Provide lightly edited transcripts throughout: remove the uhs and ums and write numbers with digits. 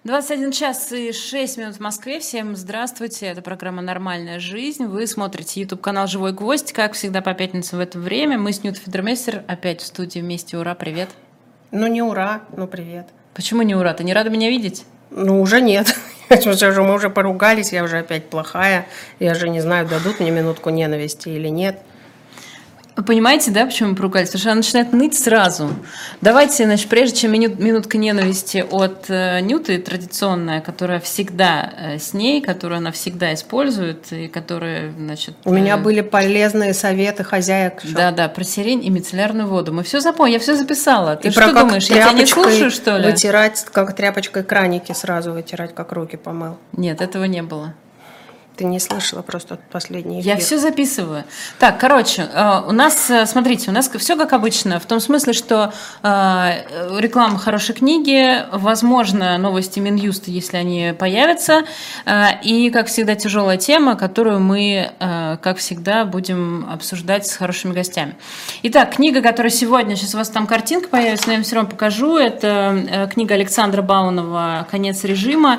21 час и 6 минут в Москве. Всем здравствуйте. Это программа «Нормальная жизнь». Вы смотрите YouTube-канал «Живой гвоздь». Как всегда по пятницам в это время. Мы с Нютой Федермейстер опять в студии вместе. Ура, привет. Ну не ура, но привет. Почему не ура? Ты не рада меня видеть? Ну уже нет. Мы уже поругались, я уже опять плохая. Я же не знаю, дадут мне минутку ненависти или нет. Вы понимаете, да, почему мы поругались? Потому что она начинает ныть сразу. Давайте, значит, прежде чем минутка ненависти от Нюты, традиционная, которая всегда с ней, которую она всегда использует, и которая, значит... У меня были полезные советы хозяек. Да, про сирень и мицеллярную воду. Мы все запомнили, я все записала. Ты и что думаешь, я тебя не слушаю, что ли? Вытирать, как тряпочкой краники сразу вытирать, как руки помыл. Нет, этого не было. Ты не слышала просто последний эфир. Я все записываю. Так, короче, у нас, смотрите, у нас все как обычно, в том смысле, что реклама хорошей книги, возможно, новости Минюста, если они появятся, и, как всегда, тяжелая тема, которую мы, как всегда, будем обсуждать с хорошими гостями. Итак, книга, которая сегодня, сейчас у вас там картинка появится, но я вам все равно покажу, это книга Александра Баунова «Конец режима».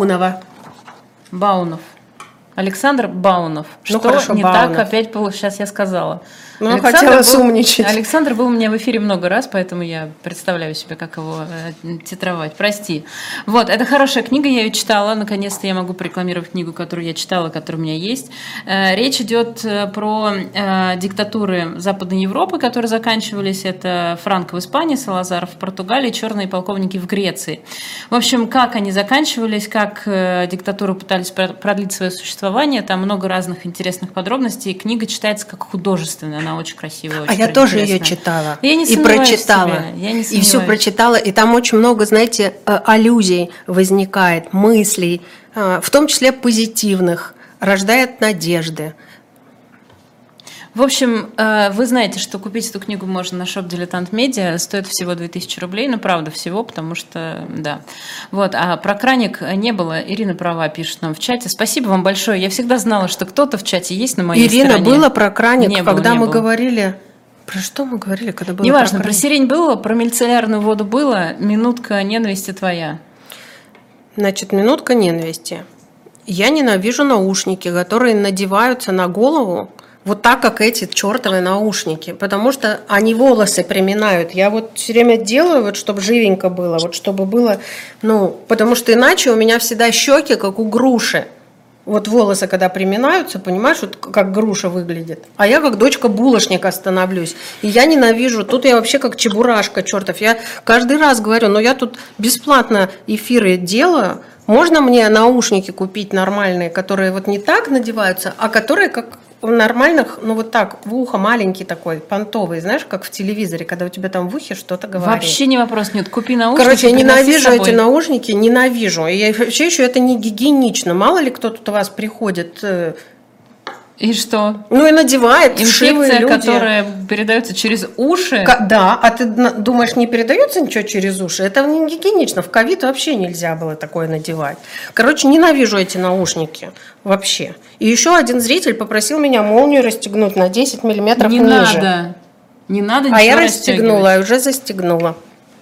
Баунов. Александр Баунов. Ну, что хорошо, не Баунов. так опять было, сейчас я сказала. Ну, хотела сумничать. Александр был у меня в эфире много раз, поэтому я представляю себе, как его титровать. Прости. Вот, это хорошая книга, я ее читала. Наконец-то я могу порекламировать книгу, которую я читала, которая у меня есть. Речь идет про диктатуры Западной Европы, которые заканчивались. Это Франко в Испании, Салазар в Португалии, черные полковники в Греции. В общем, как они заканчивались, как диктатуры пытались продлить свое существование. Там много разных интересных подробностей. Книга читается как художественная. Она очень красивая. Очень я тоже ее читала. Я не и прочитала. И все прочитала. И там очень много, знаете, аллюзий возникает, мыслей, в том числе позитивных, рождает надежды. В общем, вы знаете, что купить эту книгу можно на шоп «Дилетант Медиа». Стоит всего 2000 рублей. Ну, правда, всего, потому что, да. Вот, а про краник не было. Ирина права, пишет нам в чате. Спасибо вам большое. Я всегда знала, что кто-то в чате есть на моей стороне. Ирина, было про краник, не когда было, мы говорили... Про что мы говорили, когда было неважно, про сирень было, про мицеллярную воду было. Минутка ненависти твоя. Значит, минутка ненависти. Я ненавижу наушники, которые надеваются на голову, вот так, как эти чертовы наушники, потому что они волосы приминают. Я вот все время делаю, вот, чтобы живенько было, вот, чтобы было, ну, потому что иначе у меня всегда щеки, как у груши. Вот волосы, когда приминаются, понимаешь, вот как груша выглядит. А я как дочка булочника становлюсь. И я ненавижу. Тут я вообще как чебурашка, чертов. Я каждый раз говорю, но я тут бесплатно эфиры делаю. Можно мне наушники купить нормальные, которые вот не так надеваются, а которые как в нормальных, ну вот так, в ухо маленький такой, понтовый, знаешь, как в телевизоре, когда у тебя там в ухе что-то говорит. Вообще не вопрос, нет, купи наушники. Короче, я ненавижу эти наушники, ненавижу. И вообще еще это не гигиенично. Мало ли кто тут у вас приходит... И что? Ну и надевает вшивые люди. Которая передается через уши? Да, а ты думаешь, не передается ничего через уши? Это не гигиенично. В ковид вообще нельзя было такое надевать. Короче, ненавижу эти наушники вообще. И еще один зритель попросил меня молнию расстегнуть на 10 миллиметров ниже. Не надо ничего А я расстегнула, уже застегнула.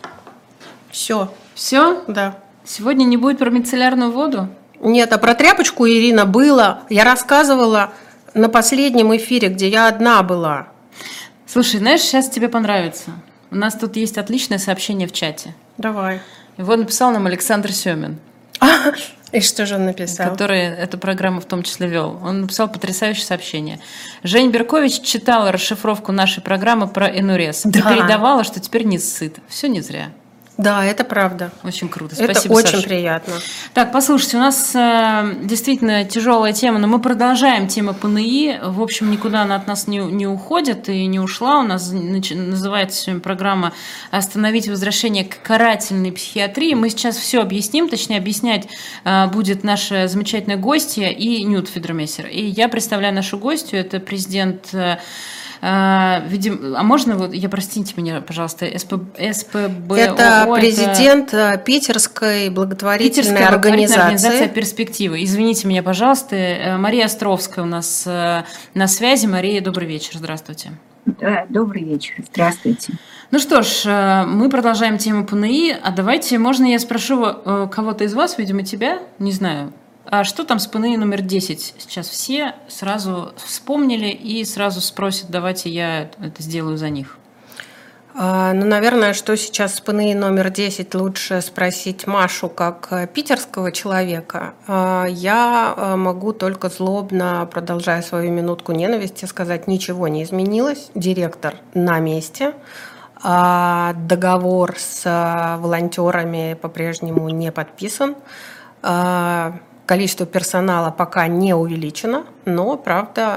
Все. Все? Да. Сегодня не будет про мицеллярную воду? Нет, а про тряпочку, Ирина, было. Я рассказывала на последнем эфире, где я одна была. Слушай, знаешь, сейчас тебе понравится. У нас тут есть отличное сообщение в чате. Давай. Его написал нам Александр Семин. И что же он написал? Который эту программу в том числе вел. Он написал потрясающее сообщение. Женя Беркович читала расшифровку нашей программы про энурез. Да. И передавала, что теперь не сыт. Все не зря. Да, это правда. Очень круто. Это Спасибо, очень Саша. приятно. Так, послушайте, у нас действительно тяжелая тема, но мы продолжаем тему ПНИ. В общем, никуда она от нас не уходит и не ушла. У нас называется сегодня программа «Остановить возвращение к карательной психиатрии». Мы сейчас все объясним, точнее, объяснять будет наша замечательная гостья и Нюта Федермейстер. И я представляю нашу гостью, это президент... Видимо, а можно, вот, простите меня, пожалуйста, СПБО? Это президент Питерской благотворительной организации «Перспективы». Извините меня, пожалуйста. Мария Островская у нас на связи. Мария, добрый вечер. Здравствуйте. Да, добрый вечер. Здравствуйте. Ну что ж, мы продолжаем тему ПНИ. А давайте, можно я спрошу кого-то из вас, видимо, тебя, не знаю, а что там с ПНИ номер 10? Сейчас все сразу вспомнили и сразу спросят, давайте я это сделаю за них. Ну, наверное, что сейчас с ПНИ номер 10 лучше спросить Машу как питерского человека. Я могу только злобно, продолжая свою минутку ненависти, сказать, ничего не изменилось. Директор на месте. Договор с волонтерами по-прежнему не подписан. Количество персонала пока не увеличено, но, правда,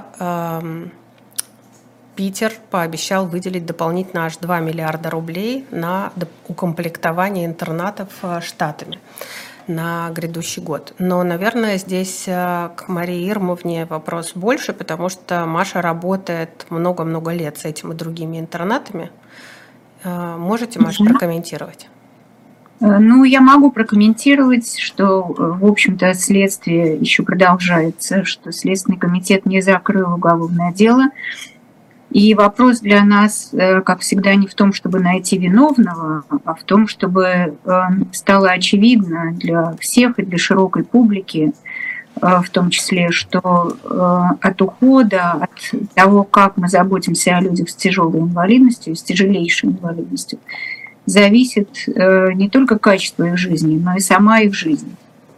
Питер пообещал выделить дополнительно аж 2 миллиарда рублей на укомплектование интернатов штатами на грядущий год. Но, наверное, здесь к Марии Ирмовне вопрос больше, потому что Маша работает много-много лет с этими и другими интернатами. Можете, Маша, прокомментировать? Ну, я могу прокомментировать, что, в общем-то, следствие еще продолжается, что Следственный комитет не закрыл уголовное дело. И вопрос для нас, как всегда, не в том, чтобы найти виновного, а в том, чтобы стало очевидно для всех и для широкой публики, в том числе, что от ухода, от того, как мы заботимся о людях с тяжелой инвалидностью, с тяжелейшей инвалидностью, зависит не только качество их жизни, но и сама их жизнь.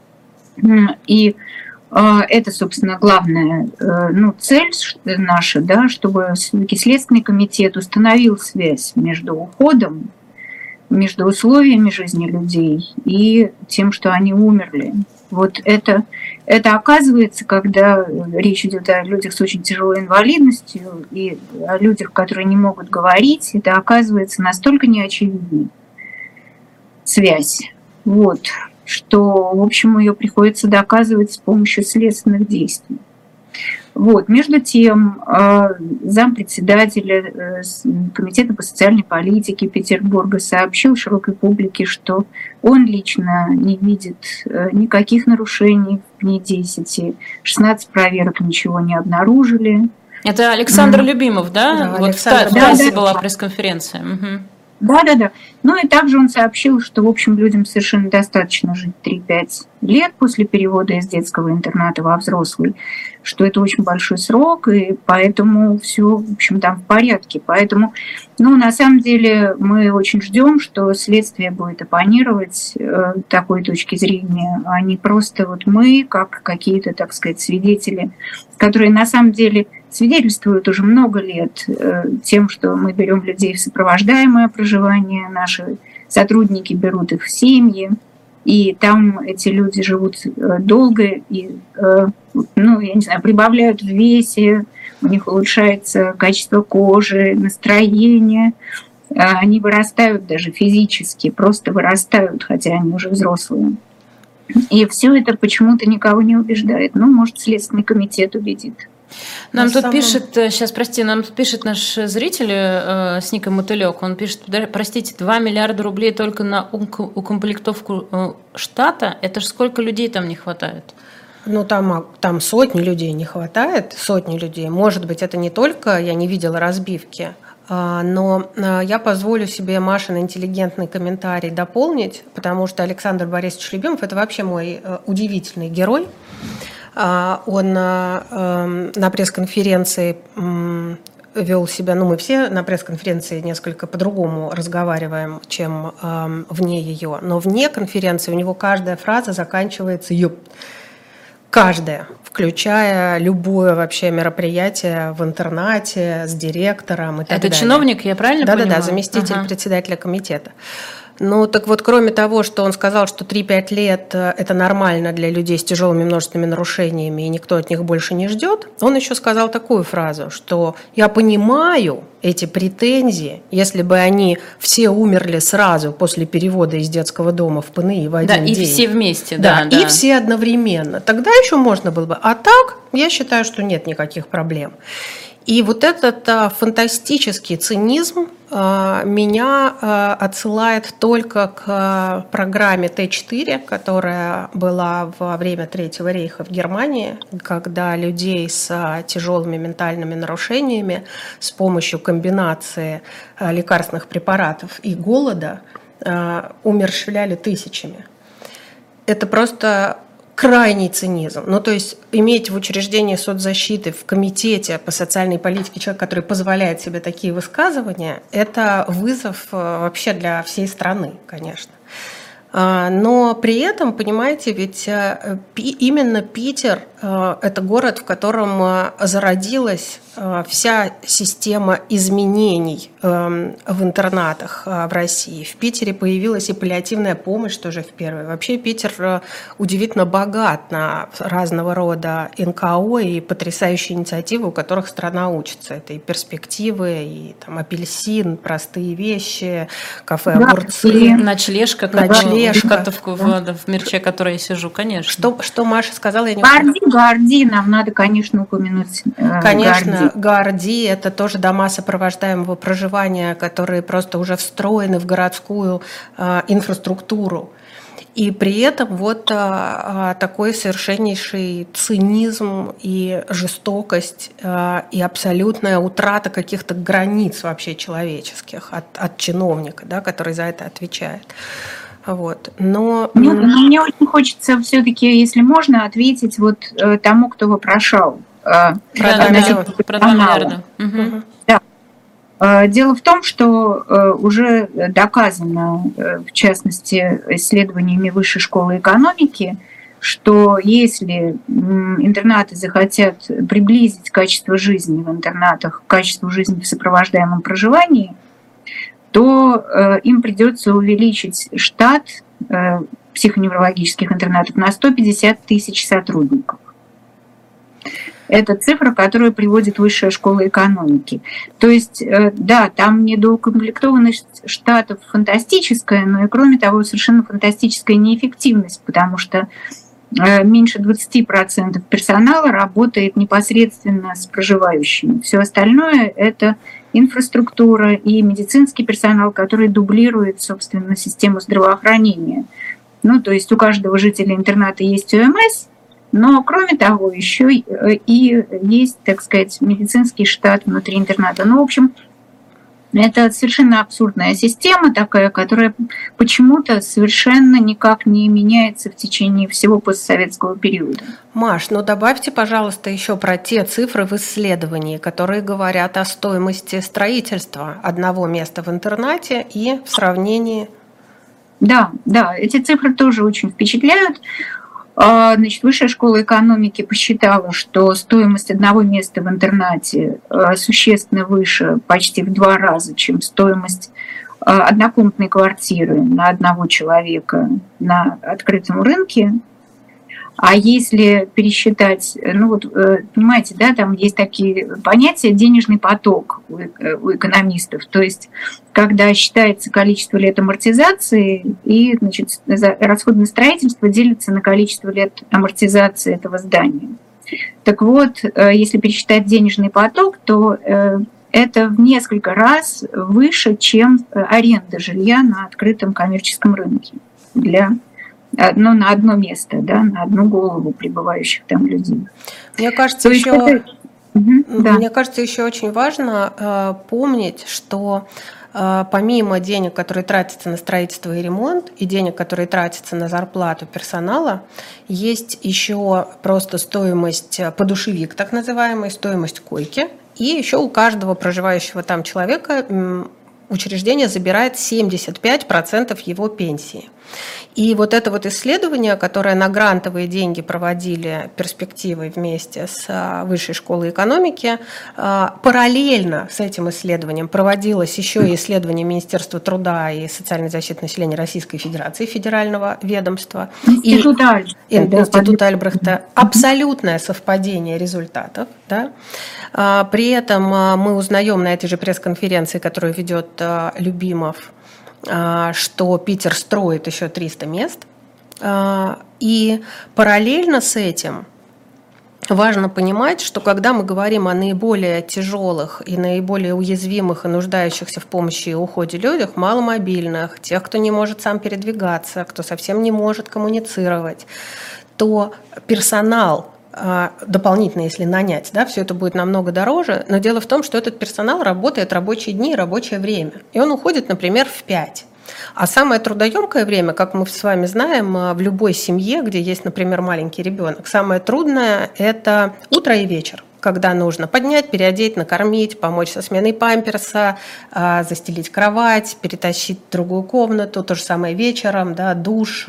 И это, собственно, главная цель наша, да, чтобы все-таки Следственный комитет установил связь между уходом, между условиями жизни людей и тем, что они умерли. Вот это оказывается, когда речь идет о людях с очень тяжелой инвалидностью и о людях, которые не могут говорить, это оказывается настолько неочевидной связь. Вот. Что, в общем, ее приходится доказывать с помощью следственных действий. Вот. Между тем, зампредседателя Комитета по социальной политике Петербурга сообщил широкой публике, что он лично не видит никаких нарушений в ПНИ-10, 16 проверок ничего не обнаружили. Это Александр Любимов, да? Да, вот Александр, в ТАССе была пресс-конференция. Угу. Да. Ну и также он сообщил, что, в общем, людям совершенно достаточно жить 3-5 лет после перевода из детского интерната во взрослый, что это очень большой срок, и поэтому все, в общем, там в порядке. Поэтому, на самом деле, мы очень ждем, что следствие будет оппонировать такой точки зрения, а не просто вот мы, как какие-то, так сказать, свидетели, которые на самом деле свидетельствуют уже много лет тем, что мы берем людей в сопровождаемое проживание, наши сотрудники берут их в семьи, и там эти люди живут долго и, прибавляют в весе, у них улучшается качество кожи, настроение, они вырастают даже физически, просто вырастают, хотя они уже взрослые. И все это почему-то никого не убеждает. Может, Следственный комитет убедит. Нам тут пишет, нам тут пишет наш зритель с ником Мотылек, он пишет, простите, 2 миллиарда рублей только на укомплектовку штата, это же сколько людей там не хватает? Там сотни людей не хватает, сотни людей. Может быть, это не только, я не видела разбивки, но я позволю себе Машин интеллигентный комментарий дополнить, потому что Александр Борисович Любимов – это вообще мой удивительный герой. Он на пресс-конференции вел себя, мы все на пресс-конференции несколько по-другому разговариваем, чем вне ее, но вне конференции у него каждая фраза заканчивается «ёп». Каждая, включая любое вообще мероприятие в интернате с директором и так далее. Это чиновник, я правильно понимаю? Да, заместитель председателя комитета. Так вот, кроме того, что он сказал, что 3-5 лет – это нормально для людей с тяжелыми множественными нарушениями, и никто от них больше не ждет, он еще сказал такую фразу, что «я понимаю эти претензии, если бы они все умерли сразу после перевода из детского дома в ПНИ в один день». Да, и все вместе, и все одновременно. Тогда еще можно было бы. А так, я считаю, что нет никаких проблем. И вот этот фантастический цинизм меня отсылает только к программе Т4, которая была во время Третьего рейха в Германии, когда людей с тяжелыми ментальными нарушениями с помощью комбинации лекарственных препаратов и голода умерщвляли тысячами. Это просто крайний цинизм. Ну, то есть иметь в учреждении соцзащиты, в комитете по социальной политике человека, который позволяет себе такие высказывания, это вызов вообще для всей страны, конечно. Но при этом, понимаете, ведь именно Питер – это город, в котором зародилась вся система изменений в интернатах в России. В Питере появилась и паллиативная помощь тоже в первой. Вообще Питер удивительно богат на разного рода НКО и потрясающие инициативы, у которых страна учится. Это и перспективы, и там апельсин, простые вещи, кафе «Огурцы». Ночлежка. В Мерче, в которой я сижу, конечно. Что Маша сказала? Я не Гарди, нам надо, конечно, упомянуть. Конечно, Гарди – это тоже дома сопровождаемого проживания, которые просто уже встроены в городскую инфраструктуру. И при этом вот такой совершеннейший цинизм и жестокость и абсолютная утрата каких-то границ вообще человеческих от чиновника, да, который за это отвечает. Вот. Но мне очень хочется все-таки, если можно, ответить вот тому, кто вопрошал. Про 2 миллиарда. Да. Дело в том, что уже доказано, в частности, исследованиями Высшей школы экономики, что если интернаты захотят приблизить качество жизни в интернатах к качеству жизни в сопровождаемом проживании, то им придется увеличить штат психоневрологических интернатов на 150 тысяч сотрудников. Это цифра, которую приводит Высшая школа экономики. То есть, да, там недоукомплектованность штатов фантастическая, но и кроме того, совершенно фантастическая неэффективность, потому что меньше 20% персонала работает непосредственно с проживающими. Все остальное – это инфраструктура и медицинский персонал, который дублирует, собственно, систему здравоохранения. Ну, то есть у каждого жителя интерната есть ОМС, но, кроме того, еще и есть, так сказать, медицинский штат внутри интерната. Ну, в общем, это совершенно абсурдная система такая, которая почему-то совершенно никак не меняется в течение всего постсоветского периода. Маш, ну добавьте, пожалуйста, еще про те цифры в исследовании, которые говорят о стоимости строительства одного места в интернате и в сравнении. Да, эти цифры тоже очень впечатляют. Значит, Высшая школа экономики посчитала, что стоимость одного места в интернате существенно выше, почти в 2 раза, чем стоимость однокомнатной квартиры на одного человека на открытом рынке. А если пересчитать, ну вот, понимаете, да, там есть такие понятия денежный поток у экономистов, то есть когда считается количество лет амортизации и, значит, расходы на строительство делятся на количество лет амортизации этого здания. Так вот, если пересчитать денежный поток, то это в несколько раз выше, чем аренда жилья на открытом коммерческом рынке на одно место, да, на одну голову пребывающих там людей. Мне кажется, еще очень важно помнить, что помимо денег, которые тратятся на строительство и ремонт, и денег, которые тратятся на зарплату персонала, есть еще просто стоимость подушевик, так называемый, стоимость койки, и еще у каждого проживающего там человека учреждение забирает 75% его пенсии. И вот это вот исследование, которое на грантовые деньги проводили перспективы вместе с Высшей школой экономики, параллельно с этим исследованием проводилось еще и исследование Министерства труда и социальной защиты населения Российской Федерации, федерального ведомства. Института Альбрехта. Абсолютное совпадение результатов. Да? При этом мы узнаем на этой же пресс-конференции, которую ведет Любимов, что Питер строит еще 300 мест. И параллельно с этим важно понимать, что когда мы говорим о наиболее тяжелых и наиболее уязвимых и нуждающихся в помощи и уходе людях, маломобильных, тех, кто не может сам передвигаться, кто совсем не может коммуницировать, то персонал дополнительно, если нанять, да, все это будет намного дороже, но дело в том, что этот персонал работает рабочие дни и рабочее время, и он уходит, например, в 5. А самое трудоемкое время, как мы с вами знаем, в любой семье, где есть, например, маленький ребенок, самое трудное – это утро и вечер, когда нужно поднять, переодеть, накормить, помочь со сменой памперса, застелить кровать, перетащить в другую комнату, то же самое вечером, да, душ.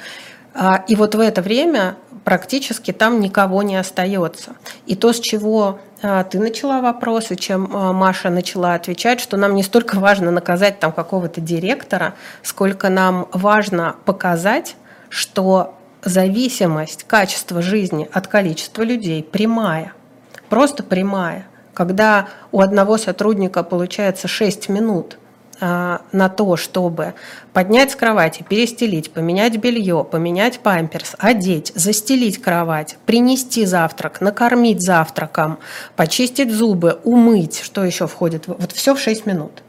И вот в это время практически там никого не остается. И то, с чего ты начала вопрос, и чем Маша начала отвечать, что нам не столько важно наказать там какого-то директора, сколько нам важно показать, что зависимость качества жизни от количества людей прямая, просто прямая. Когда у одного сотрудника получается 6 минут на то, чтобы поднять с кровати, перестелить, поменять белье, поменять памперс, одеть, застелить кровать, принести завтрак, накормить завтраком, почистить зубы, умыть, что еще входит, вот все в 6 минут.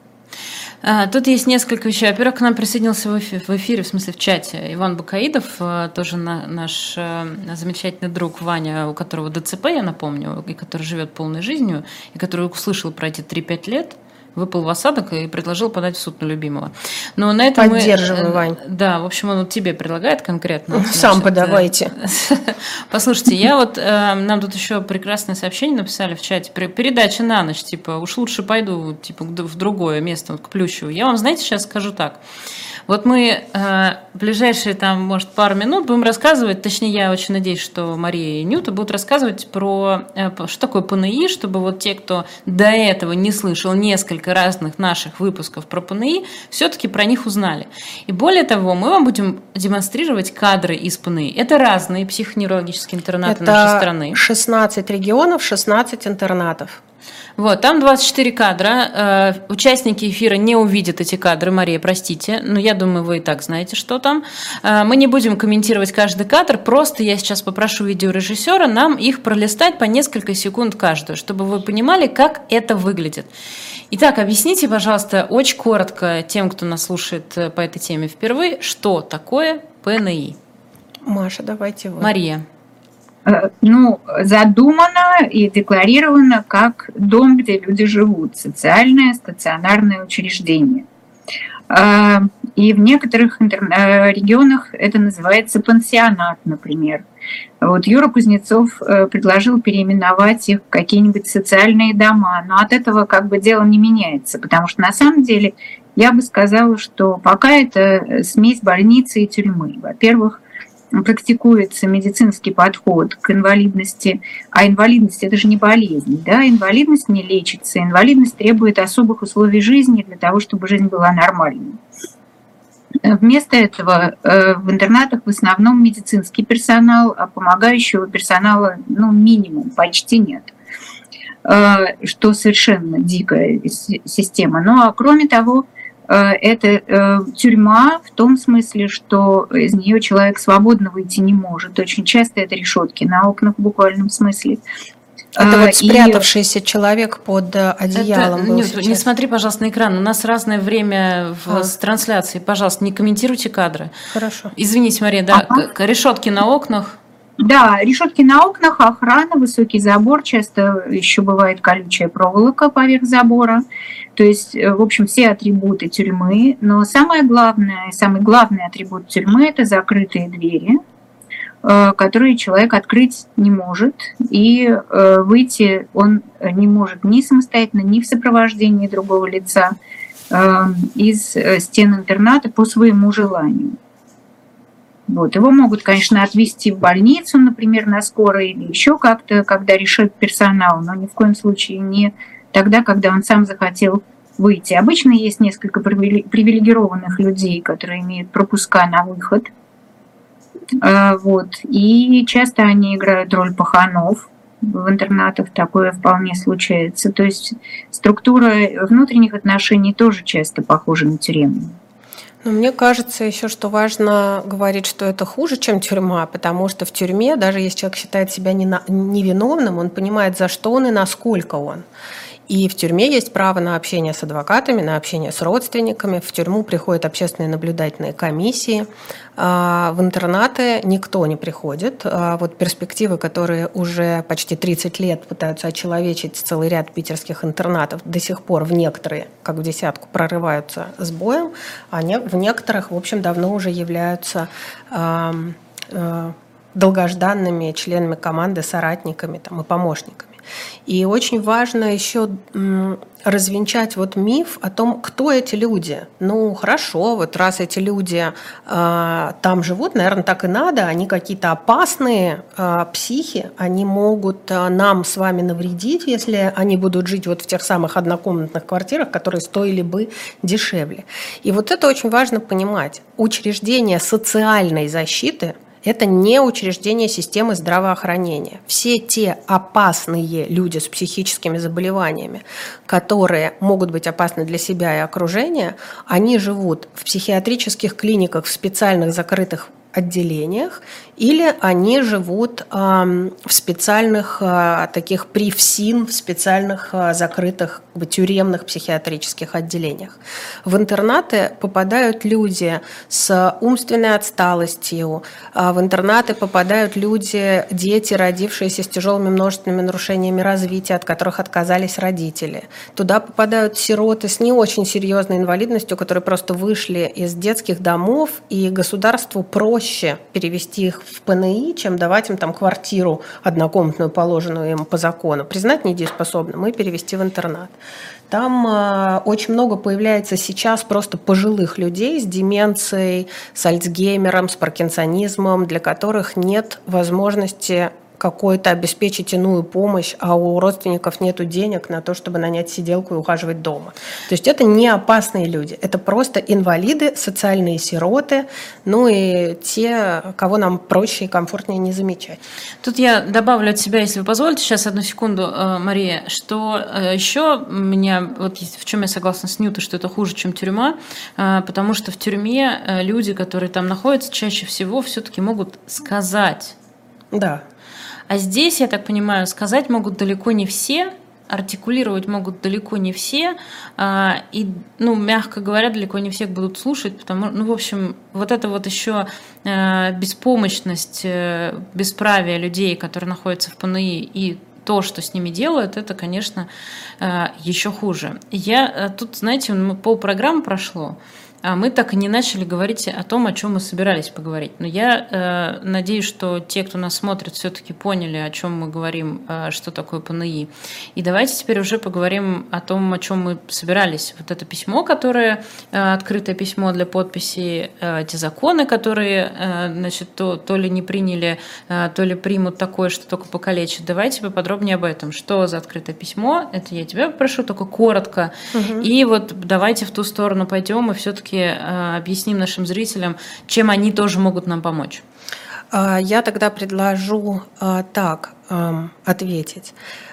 Тут есть несколько вещей. Во-первых, к нам присоединился в эфире, в смысле в чате, Иван Бакаидов, тоже наш замечательный друг Ваня, у которого ДЦП, я напомню, и который живет полной жизнью, и который услышал про эти 3-5 лет, выпал в осадок и предложил подать в суд на любимого. Но на этом поддерживаю, Вань. Да, в общем, он вот тебе предлагает конкретно. Сам подавайте. Послушайте, нам тут еще прекрасное сообщение написали в чате. Передача на ночь, типа, уж лучше пойду типа, в другое место, вот, к Плющеву. Я вам, знаете, сейчас скажу так. Вот мы в ближайшие, там, может, пару минут будем рассказывать, точнее, я очень надеюсь, что Мария и Нюта будут рассказывать про, что такое ПНИ, чтобы вот те, кто до этого не слышал несколько разных наших выпусков про ПНИ, все-таки про них узнали. И более того, мы вам будем демонстрировать кадры из ПНИ. Это разные психоневрологические интернаты нашей страны. 16 регионов, 16 интернатов. Вот, там 24 кадра. Участники эфира не увидят эти кадры. Мария, простите, но я думаю, вы и так знаете, что там. Мы не будем комментировать каждый кадр, просто я сейчас попрошу видеорежиссера нам их пролистать по несколько секунд каждую, чтобы вы понимали, как это выглядит. Итак, объясните, пожалуйста, очень коротко тем, кто нас слушает по этой теме впервые, что такое ПНИ. Маша, давайте вы. Мария. Ну, задумано и декларировано как дом, где люди живут, социальное стационарное учреждение. И в некоторых регионах это называется пансионат, например. Вот Юра Кузнецов предложил переименовать их в какие-нибудь социальные дома, но от этого как бы дело не меняется, потому что на самом деле я бы сказала, что пока это смесь больницы и тюрьмы. Во-первых, практикуется медицинский подход к инвалидности, а инвалидность – это же не болезнь, да? Инвалидность не лечится, инвалидность требует особых условий жизни для того, чтобы жизнь была нормальной. Вместо этого в интернатах в основном медицинский персонал, а помогающего персонала минимум, почти нет, что совершенно дикая система. Ну а кроме того, это тюрьма в том смысле, что из нее человек свободно выйти не может. Очень часто это решетки на окнах в буквальном смысле. Это вот спрятавшийся человек под одеялом был сейчас. Не смотри, пожалуйста, на экран. У нас разное время в трансляции. Пожалуйста, не комментируйте кадры. Хорошо. Извините, Мария, да, решетки на окнах. Да, решетки на окнах, охрана, высокий забор, часто еще бывает колючая проволока поверх забора. То есть, в общем, все атрибуты тюрьмы. Но самый главный атрибут тюрьмы – это закрытые двери, которые человек открыть не может. И выйти он не может ни самостоятельно, ни в сопровождении другого лица из стен интерната по своему желанию. Вот. Его могут, конечно, отвезти в больницу, например, на скорой или еще как-то, когда решит персонал, но ни в коем случае не тогда, когда он сам захотел выйти. Обычно есть несколько привилегированных людей, которые имеют пропуска на выход. Вот. И часто они играют роль паханов в интернатах, такое вполне случается. То есть структура внутренних отношений тоже часто похожа на тюремную. Но мне кажется еще, что важно говорить, что это хуже, чем тюрьма, потому что в тюрьме, даже если человек считает себя невиновным, он понимает, за что он и насколько он. И в тюрьме есть право на общение с адвокатами, на общение с родственниками. В тюрьму приходят общественные наблюдательные комиссии. В интернаты никто не приходит. Вот перспективы, которые уже почти 30 лет пытаются очеловечить целый ряд питерских интернатов, до сих пор в некоторые, как в десятку, прорываются с боем, а в некоторых, в общем, давно уже являются долгожданными членами команды, соратниками там, и помощниками. И очень важно еще развенчать вот миф о том, кто эти люди. Ну, хорошо, вот раз эти люди там живут, наверное, так и надо, они какие-то опасные психи, они могут нам с вами навредить, если они будут жить вот в тех самых однокомнатных квартирах, которые стоили бы дешевле. И вот это очень важно понимать. Учреждение социальной защиты – это не учреждение системы здравоохранения. Все те опасные люди с психическими заболеваниями, которые могут быть опасны для себя и окружения, они живут в психиатрических клиниках, в специальных закрытых отделениях, или они живут в специальных таких привсин, в специальных закрытых тюремных психиатрических отделениях. В интернаты попадают люди с умственной отсталостью, в интернаты попадают люди, дети, родившиеся с тяжелыми множественными нарушениями развития, от которых отказались родители. Туда попадают сироты с не очень серьезной инвалидностью, которые просто вышли из детских домов, и государству проще перевести их в ПНИ, чем давать им там квартиру однокомнатную, положенную им по закону, признать недееспособным и перевести в интернат. Там очень много появляется сейчас просто пожилых людей с деменцией, с Альцгеймером, с паркинсонизмом, для которых нет возможности какой-то обеспечить иную помощь, а у родственников нет денег на то, чтобы нанять сиделку и ухаживать дома. То есть это не опасные люди, это просто инвалиды, социальные сироты, ну и те, кого нам проще и комфортнее не замечать. Тут я добавлю от себя, если вы позволите, сейчас одну секунду, Мария, что еще меня, вот в чем я согласна с Нютой, что это хуже, чем тюрьма, потому что в тюрьме люди, которые там находятся, чаще всего все-таки могут сказать. Да. А здесь, я так понимаю, сказать могут далеко не все, артикулировать могут далеко не все, и, ну, мягко говоря, далеко не всех будут слушать, потому, ну, в общем, вот это вот еще беспомощность, бесправие людей, которые находятся в ПНИ, и то, что с ними делают, это, конечно, еще хуже. Я тут, знаете, полпрограммы прошло, а мы так и не начали говорить о том, о чем мы собирались поговорить. Но я надеюсь, что те, кто нас смотрит, все-таки поняли, о чем мы говорим, что такое ПНИ. И давайте теперь уже поговорим о том, о чем мы собирались. Вот это письмо, которое открытое письмо для подписи, те законы, которые, значит, то ли не приняли, то ли примут такое, что только покалечат. Давайте поподробнее об этом. Что за открытое письмо? Это я тебя попрошу, только коротко. Угу. И вот давайте в ту сторону пойдем и все-таки объясним нашим зрителям, чем они тоже могут нам помочь. Я тогда предложу так ответить.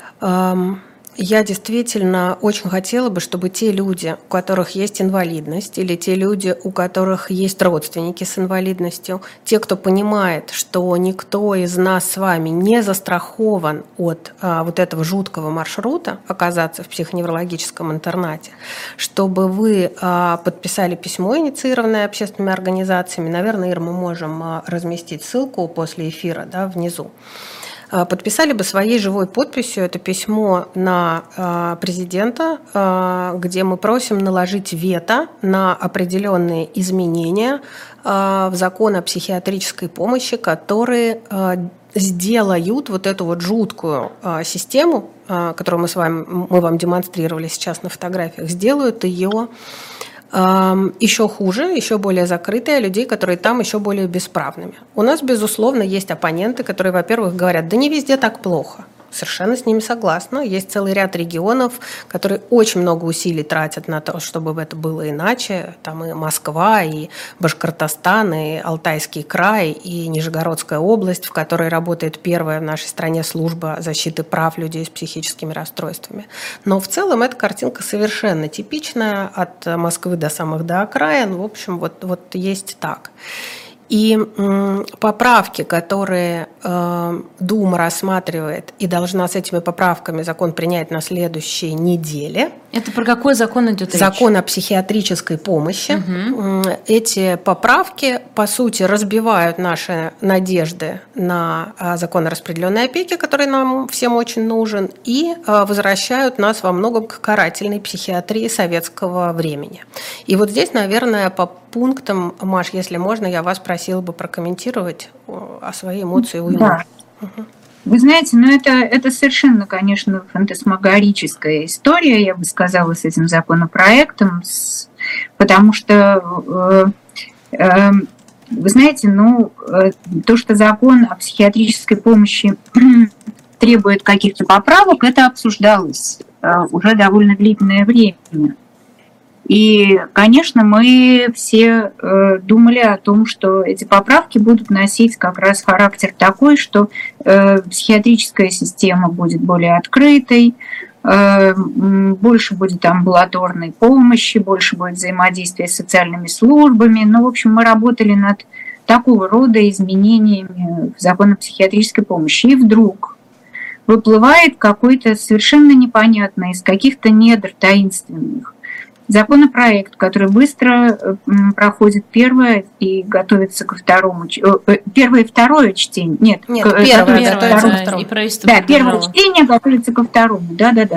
Я действительно очень хотела бы, чтобы те люди, у которых есть инвалидность, или те люди, у которых есть родственники с инвалидностью, те, кто понимает, что никто из нас с вами не застрахован от вот этого жуткого маршрута оказаться в психоневрологическом интернате, чтобы вы подписали письмо, инициированное общественными организациями. Наверное, Ир, мы можем разместить ссылку после эфира, да, внизу. Подписали бы своей живой подписью это письмо на президента, где мы просим наложить вето на определенные изменения в закон о психиатрической помощи, которые сделают вот эту вот жуткую систему, которую мы вам демонстрировали сейчас на фотографиях, сделают ее еще хуже, еще более закрытые, а людей, которые там еще более бесправными. У нас, безусловно, есть оппоненты, которые, во-первых, говорят, да не везде так плохо. совершенно с ними согласна. Есть целый ряд регионов, которые очень много усилий тратят на то, чтобы это было иначе. Там и Москва, и Башкортостан, и Алтайский край, и Нижегородская область, в которой работает первая в нашей стране служба защиты прав людей с психическими расстройствами. Но в целом эта картинка совершенно типичная, от Москвы до окраин. В общем, вот есть так. И поправки, которые Дума рассматривает и должна с этими поправками закон принять на следующей неделе. Это про какой закон идет речь? Закон о психиатрической помощи. Угу. Эти поправки, по сути, разбивают наши надежды на закон о распределенной опеке, который нам всем очень нужен, и возвращают нас во многом к карательной психиатрии советского времени. И вот здесь, наверное, по пунктам, Маш, если можно, я вас просила бы прокомментировать свои эмоции. Да. Угу. Вы знаете, это совершенно, конечно, фантасмагорическая история, я бы сказала, с этим законопроектом, потому что, вы знаете, то, что закон о психиатрической помощи требует каких-то поправок, это обсуждалось уже довольно длительное время. И, конечно, мы все думали о том, что эти поправки будут носить как раз характер такой, что психиатрическая система будет более открытой, больше будет амбулаторной помощи, больше будет взаимодействия с социальными службами. В общем, мы работали над такого рода изменениями в закон о психиатрической помощи. И вдруг выплывает какой-то совершенно непонятный, из каких-то недр таинственных законопроект, который быстро проходит первое и готовится ко второму, первое и второе чтение. Нет, первое готовится ко второму. Да, первое чтение готовится ко второму,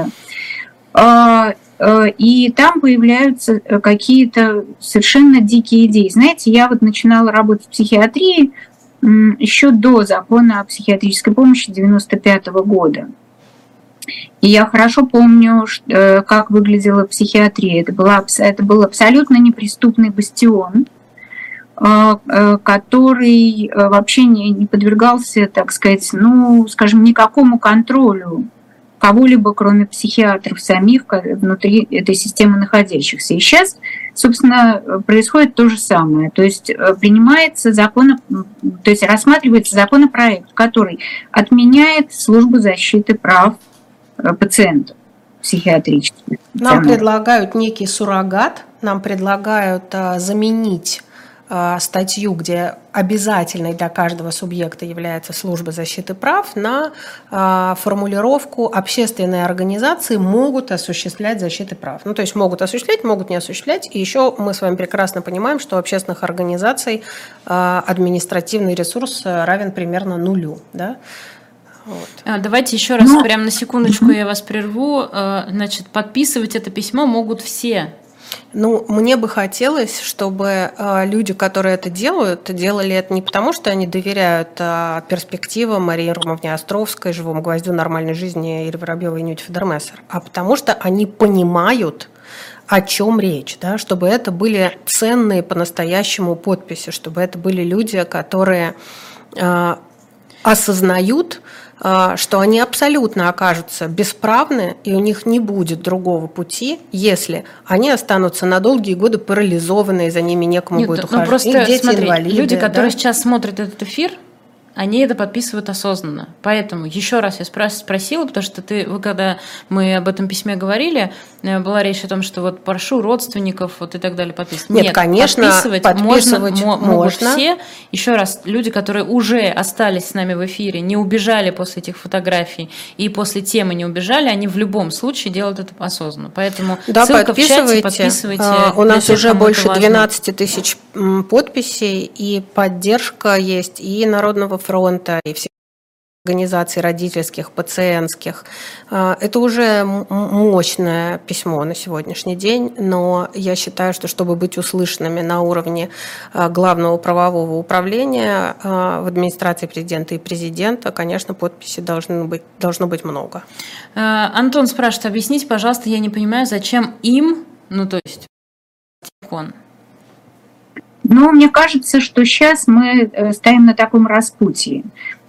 да. И там появляются какие-то совершенно дикие идеи. Знаете, я вот начинала работать в психиатрии еще до закона о психиатрической помощи 1995 года. И я хорошо помню, как выглядела психиатрия. Это был абсолютно неприступный бастион, который вообще не подвергался, так сказать, скажем, никакому контролю кого-либо, кроме психиатров самих, внутри этой системы находящихся. И сейчас, собственно, происходит то же самое. То есть рассматривается законопроект, который отменяет службу защиты прав пациентов психиатрических. Нам предлагают некий суррогат, нам предлагают заменить статью, где обязательной для каждого субъекта является служба защиты прав, на формулировку «общественные организации могут осуществлять защиту прав». То есть могут осуществлять, могут не осуществлять. И еще мы с вами прекрасно понимаем, что у общественных организаций административный ресурс равен примерно нулю. Да? Вот. Давайте еще раз, прямо на секундочку я вас прерву. Значит, подписывать это письмо могут все. Мне бы хотелось, чтобы люди, которые это делают, делали это не потому, что они доверяют перспективам Марии Ромовне Островской, живому гвоздю нормальной жизни Иры Воробьевой и Нюте Федермессер, а потому что они понимают, о чем речь, да, чтобы это были ценные по-настоящему подписи, чтобы это были люди, которые осознают, что они абсолютно окажутся бесправны, и у них не будет другого пути, если они останутся на долгие годы парализованные, за ними некому будет ухаживать. Просто смотри, люди, которые сейчас смотрят этот эфир, они это подписывают осознанно. Поэтому еще раз я спросила, потому что когда мы об этом письме говорили, была речь о том, что вот прошу родственников вот и так далее подписывать. Нет, конечно, подписывать могут все. Еще раз, люди, которые уже остались с нами в эфире, не убежали после этих фотографий и после темы не убежали, они в любом случае делают это осознанно. Поэтому ссылка в чате, подписывайте. У нас уже больше 12 тысяч подписей, и поддержка есть и Народного фронта, и всех организаций родительских, пациентских. Это уже мощное письмо на сегодняшний день, но я считаю, что чтобы быть услышанными на уровне главного правового управления в администрации президента и президента, конечно, подписей должно быть много. Антон спрашивает, объясните, пожалуйста, я не понимаю, зачем им, то есть закон? Мне кажется, что сейчас мы стоим на таком распутье.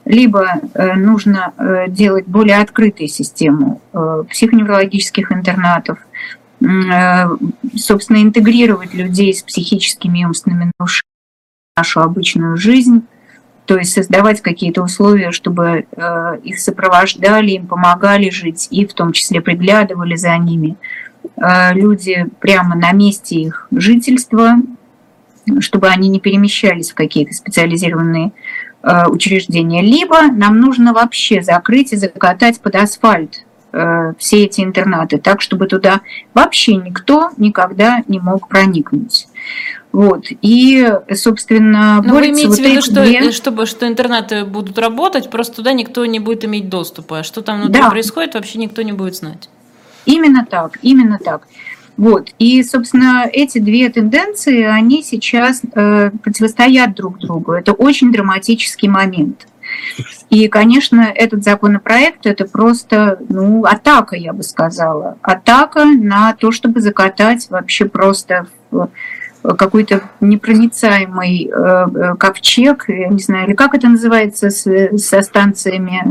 либо нужно делать более открытую систему психоневрологических интернатов, собственно, интегрировать людей с психическими и умственными нарушениями в нашу обычную жизнь, то есть создавать какие-то условия, чтобы их сопровождали, им помогали жить и в том числе приглядывали за ними люди прямо на месте их жительства, чтобы они не перемещались в какие-то специализированные учреждения. Либо нам нужно вообще закрыть и закатать под асфальт все эти интернаты, так, чтобы туда вообще никто никогда не мог проникнуть. Вот. И, собственно, но вы имеете в виду, что интернаты будут работать, просто туда никто не будет иметь доступа, а что там внутри происходит, вообще никто не будет знать. Именно так, именно так. Вот. И, собственно, эти две тенденции, они сейчас противостоят друг другу. Это очень драматический момент. И, конечно, этот законопроект – это просто, атака, я бы сказала. Атака на то, чтобы закатать вообще просто в какой-то непроницаемый ковчег, я не знаю, или как это называется со станциями,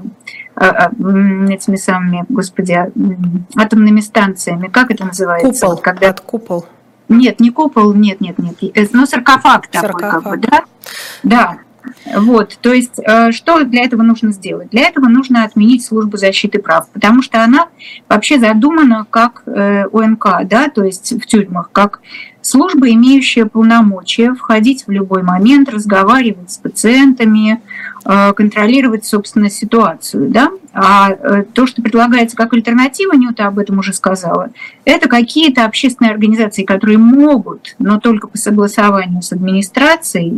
этими самыми, атомными станциями, как это называется? Купол, когда... купол. Нет, не купол, нет, но саркофаг такой, как бы, да? Да. Вот, то есть, что для этого нужно сделать? Для этого нужно отменить службу защиты прав, потому что она вообще задумана как ОНК, да, то есть в тюрьмах, как служба, имеющая полномочия входить в любой момент, разговаривать с пациентами, контролировать, собственно, ситуацию, да. А то, что предлагается как альтернатива, Нюта об этом уже сказала, это какие-то общественные организации, которые могут, но только по согласованию с администрацией,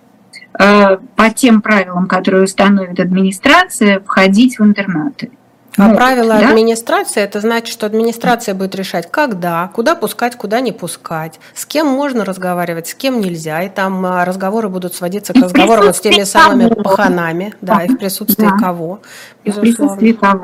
по тем правилам, которые установит администрация, входить в интернаты. А правила администрации, это значит, что администрация будет решать, когда, куда пускать, куда не пускать, с кем можно разговаривать, с кем нельзя, и там разговоры будут сводиться к разговорам с теми самыми паханами, да, и в присутствии кого, безусловно.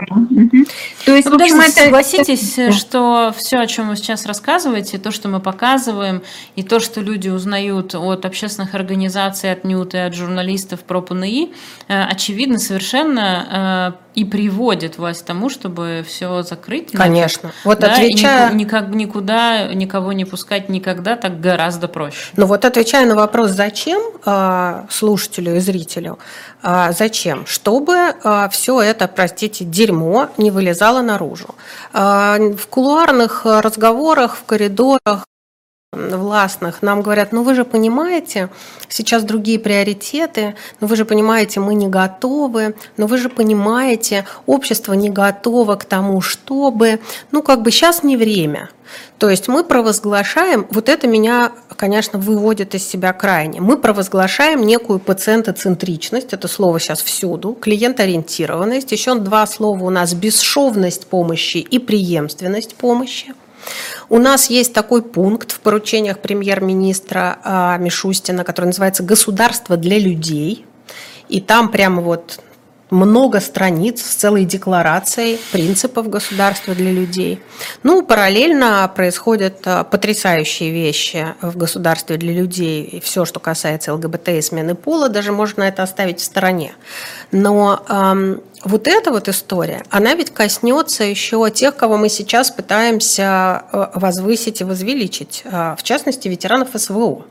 То есть, в общем, согласитесь, что все, о чем вы сейчас рассказываете, то, что мы показываем, и то, что люди узнают от общественных организаций, от НЮТ и от журналистов про ПНИ, очевидно совершенно и приводит власть к тому, чтобы все закрыть. Конечно. Вот да, отвечая... и никуда никого не пускать никогда, так гораздо проще. Ну вот отвечая на вопрос, зачем слушателю и зрителю, зачем? Чтобы все это, простите, дерьмо не вылезало наружу. В кулуарных разговорах, в коридорах властных нам говорят, вы же понимаете, сейчас другие приоритеты, вы же понимаете, мы не готовы, вы же понимаете, общество не готово к тому, чтобы, сейчас не время. То есть мы провозглашаем, вот это меня, конечно, выводит из себя крайне, мы провозглашаем некую пациентоцентричность, это слово сейчас всюду, клиентоориентированность, еще два слова у нас: бесшовность помощи и преемственность помощи. У нас есть такой пункт в поручениях премьер-министра Мишустина, который называется «Государство для людей». И там прямо вот много страниц с целой декларацией принципов государства для людей. Параллельно происходят потрясающие вещи в государстве для людей. И все, что касается ЛГБТ и смены пола, даже можно это оставить в стороне. Но вот эта вот история, она ведь коснется еще тех, кого мы сейчас пытаемся возвысить и возвеличить, в частности, ветеранов СВО.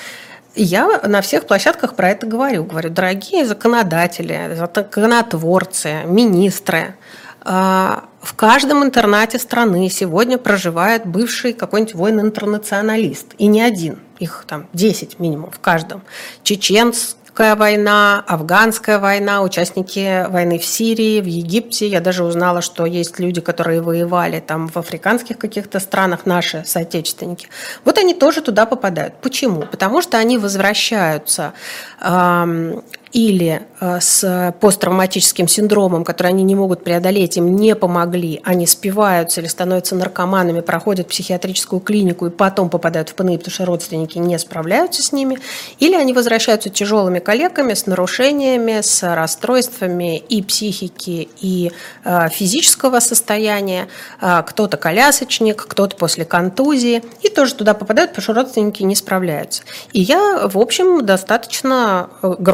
Я на всех площадках про это говорю, дорогие законодатели, законотворцы, министры, в каждом интернате страны сегодня проживает бывший какой-нибудь воин-интернационалист, и не один, их там 10 минимум в каждом. Чеченская война, афганская война, участники войны в Сирии, в Египте. Я даже узнала, что есть люди, которые воевали там в африканских каких-то странах, наши соотечественники. Вот они тоже туда попадают. Почему? Потому что они возвращаются или с посттравматическим синдромом, который они не могут преодолеть, им не помогли, они спиваются или становятся наркоманами, проходят психиатрическую клинику и потом попадают в ПНИ, потому что родственники не справляются с ними, или они возвращаются тяжелыми калеками, с нарушениями, с расстройствами и психики, и физического состояния, кто-то колясочник, кто-то после контузии, и тоже туда попадают, потому что родственники не справляются. И я, в общем, достаточно громко заявляю,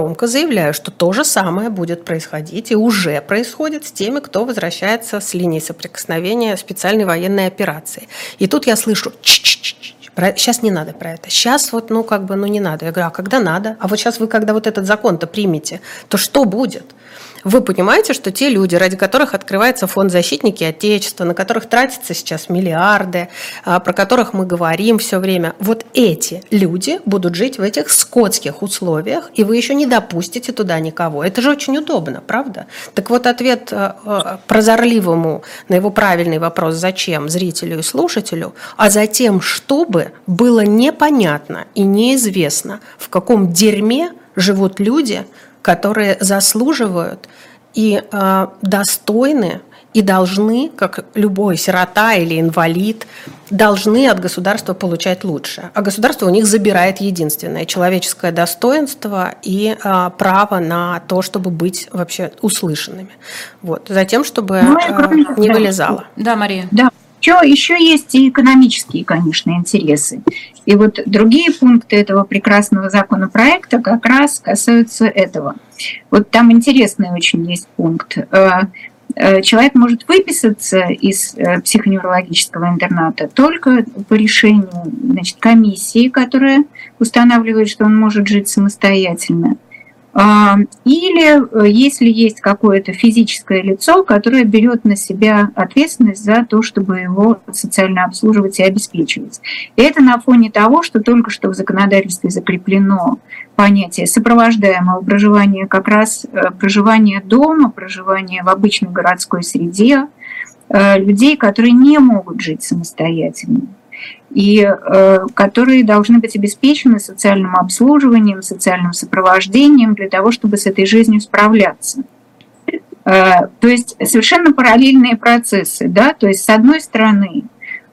заявляю, что то же самое будет происходить и уже происходит с теми, кто возвращается с линии соприкосновения специальной военной операции. И тут я слышу: сейчас не надо про это. Сейчас вот, не надо. Я говорю: а когда надо? А вот сейчас вы, когда вот этот закон-то примете, то что будет? Вы понимаете, что те люди, ради которых открывается фонд «Защитники Отечества», на которых тратятся сейчас миллиарды, про которых мы говорим все время, вот эти люди будут жить в этих скотских условиях, и вы еще не допустите туда никого. Это же очень удобно, правда? Так вот, ответ прозорливому на его правильный вопрос «зачем?» зрителю и слушателю, а затем, чтобы было непонятно и неизвестно, в каком дерьме живут люди, которые заслуживают и достойны, и должны, как любой сирота или инвалид, должны от государства получать лучше. А государство у них забирает единственное – человеческое достоинство и право на то, чтобы быть вообще услышанными. Вот. Затем, чтобы не вылезало. Да, Мария. Да. Еще есть и экономические, конечно, интересы. И вот другие пункты этого прекрасного законопроекта как раз касаются этого. Вот там интересный очень есть пункт. Человек может выписаться из психоневрологического интерната только по решению, комиссии, которая устанавливает, что он может жить самостоятельно. Или если есть какое-то физическое лицо, которое берет на себя ответственность за то, чтобы его социально обслуживать и обеспечивать. И это на фоне того, что только что в законодательстве закреплено понятие сопровождаемого проживания, как раз проживание дома, проживание в обычной городской среде людей, которые не могут жить самостоятельно, и которые должны быть обеспечены социальным обслуживанием, социальным сопровождением для того, чтобы с этой жизнью справляться. То есть совершенно параллельные процессы. Да? То есть, с одной стороны,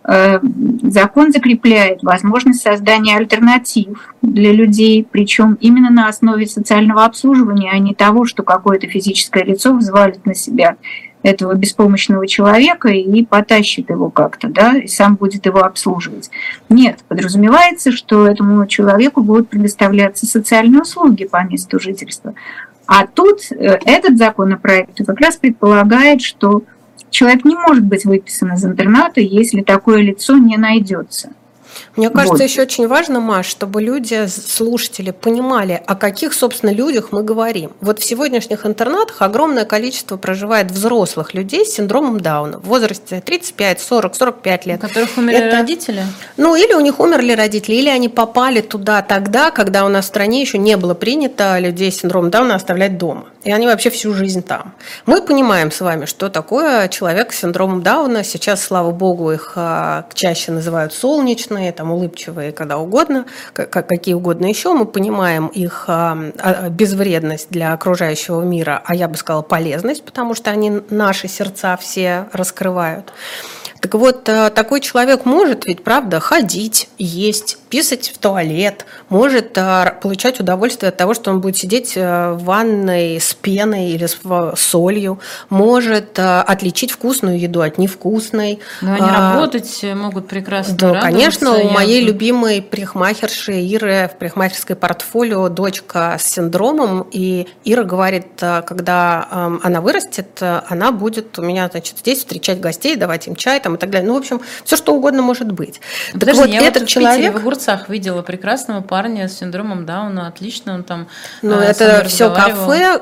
закон закрепляет возможность создания альтернатив для людей, причем именно на основе социального обслуживания, а не того, что какое-то физическое лицо взвалит на себя этого беспомощного человека и потащит его как-то, да, и сам будет его обслуживать. Нет, подразумевается, что этому человеку будут предоставляться социальные услуги по месту жительства. А тут этот законопроект как раз предполагает, что человек не может быть выписан из интерната, если такое лицо не найдется. Мне кажется, еще очень важно, Маш, чтобы люди, слушатели, понимали, о каких, собственно, людях мы говорим. Вот в сегодняшних интернатах огромное количество проживает взрослых людей с синдромом Дауна в возрасте 35, 40, 45 лет. У которых умерли родители? Или у них умерли родители, или они попали туда тогда, когда у нас в стране еще не было принято людей с синдромом Дауна оставлять дома. И они вообще всю жизнь там. Мы понимаем с вами, что такое человек с синдромом Дауна. Сейчас, слава богу, их чаще называют солнечные, там, улыбчивые, когда угодно, какие угодно еще. Мы понимаем их безвредность для окружающего мира, а я бы сказала полезность, потому что они наши сердца все раскрывают. Так вот, такой человек может ведь, правда, ходить, есть, писать в туалет, может получать удовольствие от того, что он будет сидеть в ванной с пеной или с солью, может отличить вкусную еду от невкусной. Но они работать могут прекрасно. Да, конечно, у моей любимой парикмахерши Иры в парикмахерской портфолио дочка с синдромом, и Ира говорит, когда она вырастет, она будет у меня, здесь встречать гостей, давать им чай, и так далее. В общем, все что угодно может быть. Подожди, так вот, я этот человек в Огурцах видела прекрасного парня с синдромом Дауна, отлично он там. Это все кафе,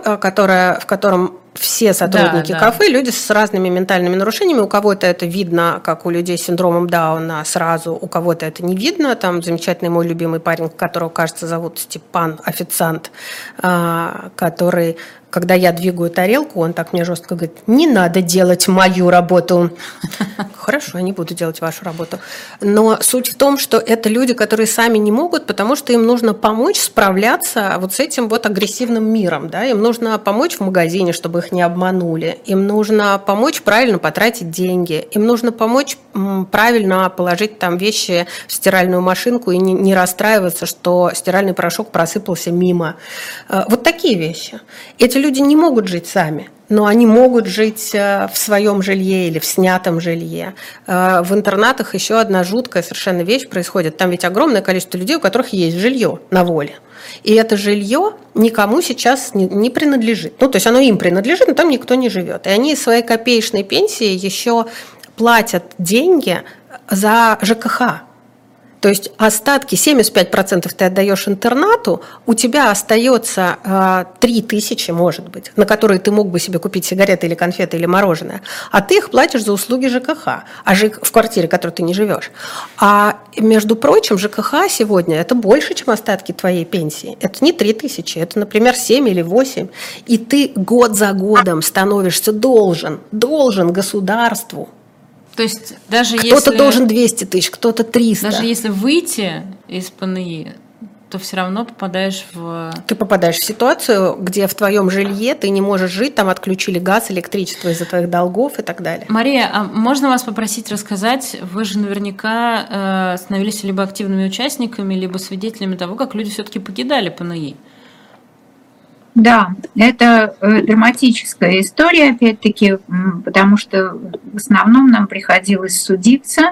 в котором все сотрудники кафе, люди с разными ментальными нарушениями. У кого-то это видно, как у людей с синдромом Дауна сразу, у кого-то это не видно. Там замечательный мой любимый парень, которого, кажется, зовут Степан, официант, который, когда я двигаю тарелку, он так мне жестко говорит: не надо делать мою работу. Хорошо, я не буду делать вашу работу. Но суть в том, что это люди, которые сами не могут, потому что им нужно помочь справляться вот с этим вот агрессивным миром. Да? Им нужно помочь в магазине, чтобы их не обманули. Им нужно помочь правильно потратить деньги. Им нужно помочь правильно положить там вещи в стиральную машинку и не расстраиваться, что стиральный порошок просыпался мимо. Вот такие вещи. Эти люди не могут жить сами. но они могут жить в своем жилье или в снятом жилье. В интернатах еще одна жуткая совершенно вещь происходит. Там ведь огромное количество людей, у которых есть жилье на воле. И это жилье никому сейчас не принадлежит. Ну, то есть оно им принадлежит, но там никто не живет. И они из своей копеечной пенсии еще платят деньги за ЖКХ. То есть остатки, 75% ты отдаешь интернату, у тебя остается 3000, может быть, на которые ты мог бы себе купить сигареты или конфеты или мороженое, а ты их платишь за услуги ЖКХ, в квартире, в которой ты не живешь. А между прочим, ЖКХ сегодня это больше, чем остатки твоей пенсии. Это не 3000, это, например, 7 или 8. И ты год за годом становишься должен государству. То есть даже кто-то должен 200 тысяч, кто-то 300. Даже если выйти из ПНИ, то все равно попадаешь в... Ты попадаешь в ситуацию, где в твоем жилье ты не можешь жить, там отключили газ, электричество из-за твоих долгов и так далее. Мария, а можно вас попросить рассказать? Вы же наверняка становились либо активными участниками, либо свидетелями того, как люди все-таки покидали ПНИ. Да, это драматическая история, опять-таки, потому что в основном нам приходилось судиться,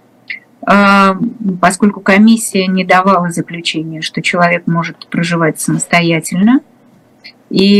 поскольку комиссия не давала заключения, что человек может проживать самостоятельно. И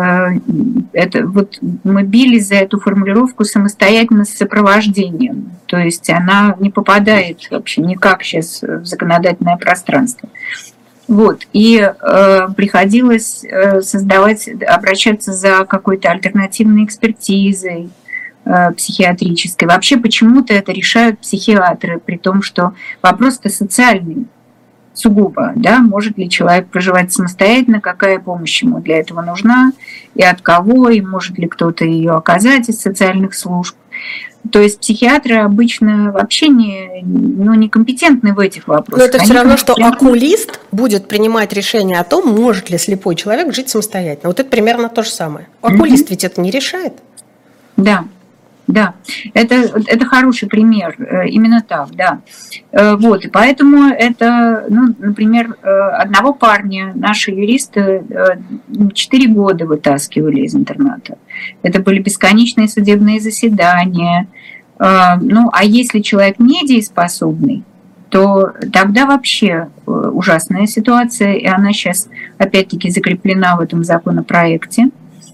это, вот мы бились за эту формулировку «самостоятельно с сопровождением». То есть она не попадает вообще никак сейчас в законодательное пространство. Вот, и приходилось обращаться за какой-то альтернативной экспертизой психиатрической. Вообще почему-то это решают психиатры, при том, что вопрос-то социальный сугубо, да, может ли человек проживать самостоятельно, какая помощь ему для этого нужна, и от кого, и может ли кто-то ее оказать из социальных служб. То есть психиатры обычно вообще некомпетентны в этих вопросах. Но это все равно, что окулист будет принимать решение о том, может ли слепой человек жить самостоятельно. Вот это примерно то же самое. Окулист ведь это не решает. Да. Да, это хороший пример, именно так, да. Вот, и поэтому это, например, одного парня наши юристы 4 года вытаскивали из интерната. Это были бесконечные судебные заседания. А если человек недееспособный, то тогда вообще ужасная ситуация, и она сейчас опять-таки закреплена в этом законопроекте.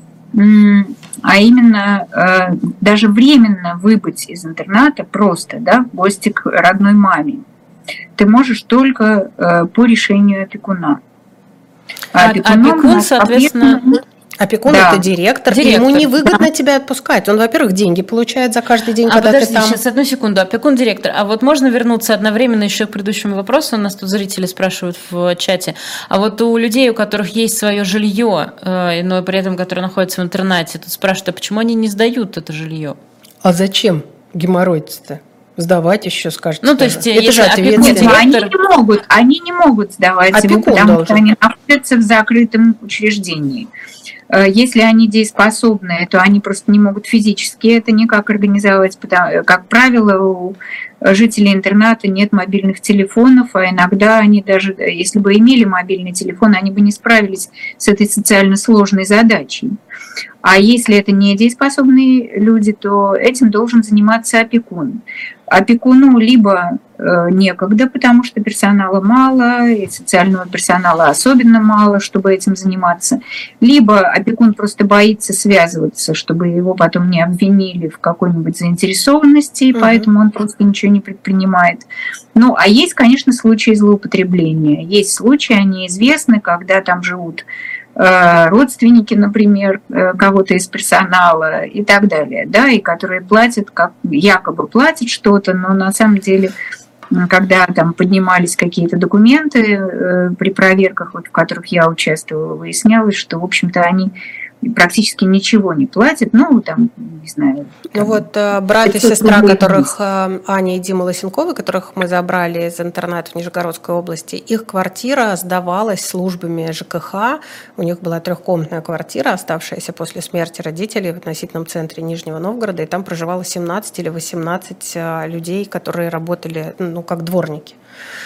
А именно даже временно выбыть из интерната просто, да, в гости к родной маме, ты можешь только по решению опекуна. Опекун, соответственно... Опекун да. Это директор, и ему невыгодно тебя отпускать. Он, во-первых, деньги получает за каждый день, когда подожди, ты там. Сейчас, одну секунду. Опекун-директор. А вот можно вернуться одновременно еще к предыдущему вопросу? У нас тут зрители спрашивают в чате. А вот у людей, у которых есть свое жилье, но при этом которое находится в интернате, тут спрашивают, а почему они не сдают это жилье? А зачем геморрой-то? Сдавать еще, скажете. Ну, то есть, это же опекун-директор... Они не могут сдавать его, потому что они находятся в закрытом учреждении. Если они дееспособны, то они просто не могут физически это никак организовать. Как правило, у жителей интерната нет мобильных телефонов, а иногда они даже, если бы имели мобильный телефон, они бы не справились с этой социально сложной задачей. А если это не дееспособные люди, то этим должен заниматься опекун. Опекуну либо некогда, потому что персонала мало, и социального персонала особенно мало, чтобы этим заниматься, либо опекун просто боится связываться, чтобы его потом не обвинили в какой-нибудь заинтересованности, и поэтому он просто ничего не предпринимает. Ну, а есть, конечно, случаи злоупотребления. Есть случаи, они известны, когда там живут родственники, например, кого-то из персонала и так далее, да, и которые платят, как якобы платят что-то, но на самом деле, когда там поднимались какие-то документы при проверках, вот, в которых я участвовала, выяснялось, что, в общем-то, они практически ничего не платят, там, не знаю. Ну вот брат и сестра, которых Аня и Дима Лысенковы, которых мы забрали из интерната в Нижегородской области, их квартира сдавалась службами ЖКХ, у них была 3-комнатная квартира, оставшаяся после смерти родителей в относительном центре Нижнего Новгорода, и там проживало 17 или 18 людей, которые работали, как дворники.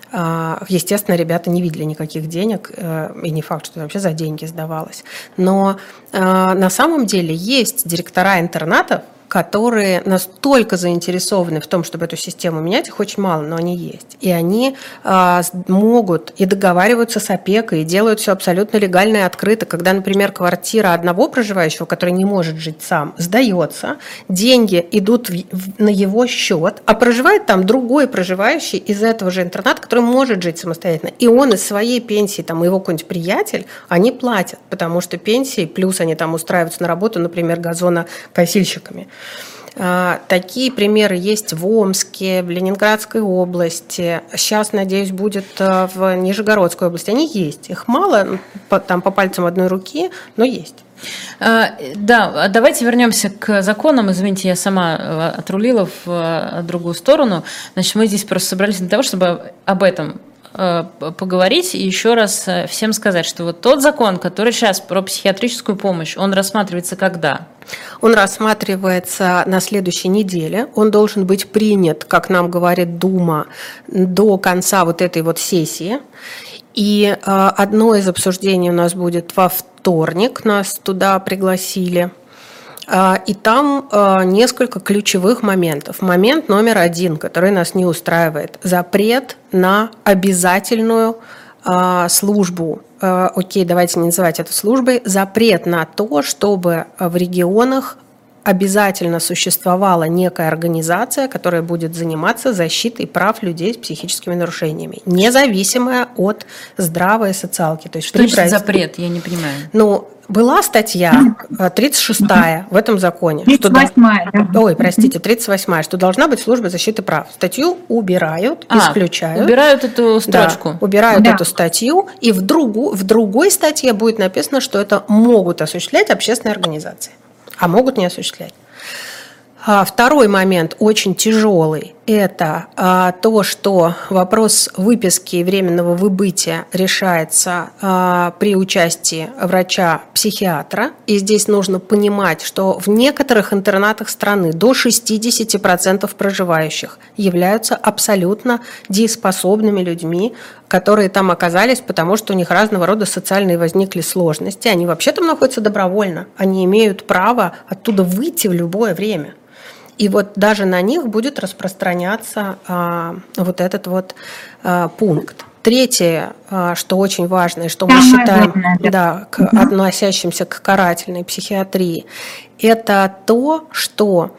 Естественно, ребята не видели никаких денег, и не факт, что вообще за деньги сдавалось. Но на самом деле есть директора интернатов, которые настолько заинтересованы в том, чтобы эту систему менять, их очень мало, но они есть. И они могут и договариваются с опекой, и делают все абсолютно легально и открыто. Когда, например, квартира одного проживающего, который не может жить сам, сдается, деньги идут на его счет, а проживает там другой проживающий из этого же интерната, который может жить самостоятельно. И он из своей пенсии, там, его какой-нибудь приятель, они платят, потому что пенсии, плюс они там устраиваются на работу, например, газонокосильщиками. Такие примеры есть в Омске, в Ленинградской области. Сейчас, надеюсь, будет в Нижегородской области. Они есть. Их мало, там по пальцам одной руки, но есть. Да, давайте вернемся к законам. Извините, я сама отрулила в другую сторону. Значит, мы здесь просто собрались для того, чтобы об этом поговорить и еще раз всем сказать, что вот тот закон, который сейчас про психиатрическую помощь, он рассматривается когда? Он рассматривается на следующей неделе. Он должен быть принят, как нам говорит Дума, до конца вот этой вот сессии. И одно из обсуждений у нас будет во вторник, нас туда пригласили. И там несколько ключевых моментов. Момент номер 1, который нас не устраивает. Запрет на обязательную службу. Окей, давайте не называть это службой. Запрет на то, чтобы в регионах обязательно существовала некая организация, которая будет заниматься защитой прав людей с психическими нарушениями, независимая от здравой социалки. То есть, что значит запрет? Я не понимаю. Ну, была статья 36-я в этом законе. 38-я. Ой, простите, 38-я, что должна быть служба защиты прав. Статью убирают, исключают. Убирают эту строчку. Да, убирают эту статью, и в другой статье будет написано, что это могут осуществлять общественные организации, а могут не осуществлять. Второй момент, очень тяжелый, это то, что вопрос выписки и временного выбытия решается при участии врача-психиатра. И здесь нужно понимать, что в некоторых интернатах страны до 60% проживающих являются абсолютно дееспособными людьми, которые там оказались, потому что у них разного рода социальные возникли сложности. Они вообще там находятся добровольно, они имеют право оттуда выйти в любое время. И вот даже на них будет распространяться вот этот вот пункт. Третье, что очень важно, и что мы считаем относящимся к карательной психиатрии, это то, что...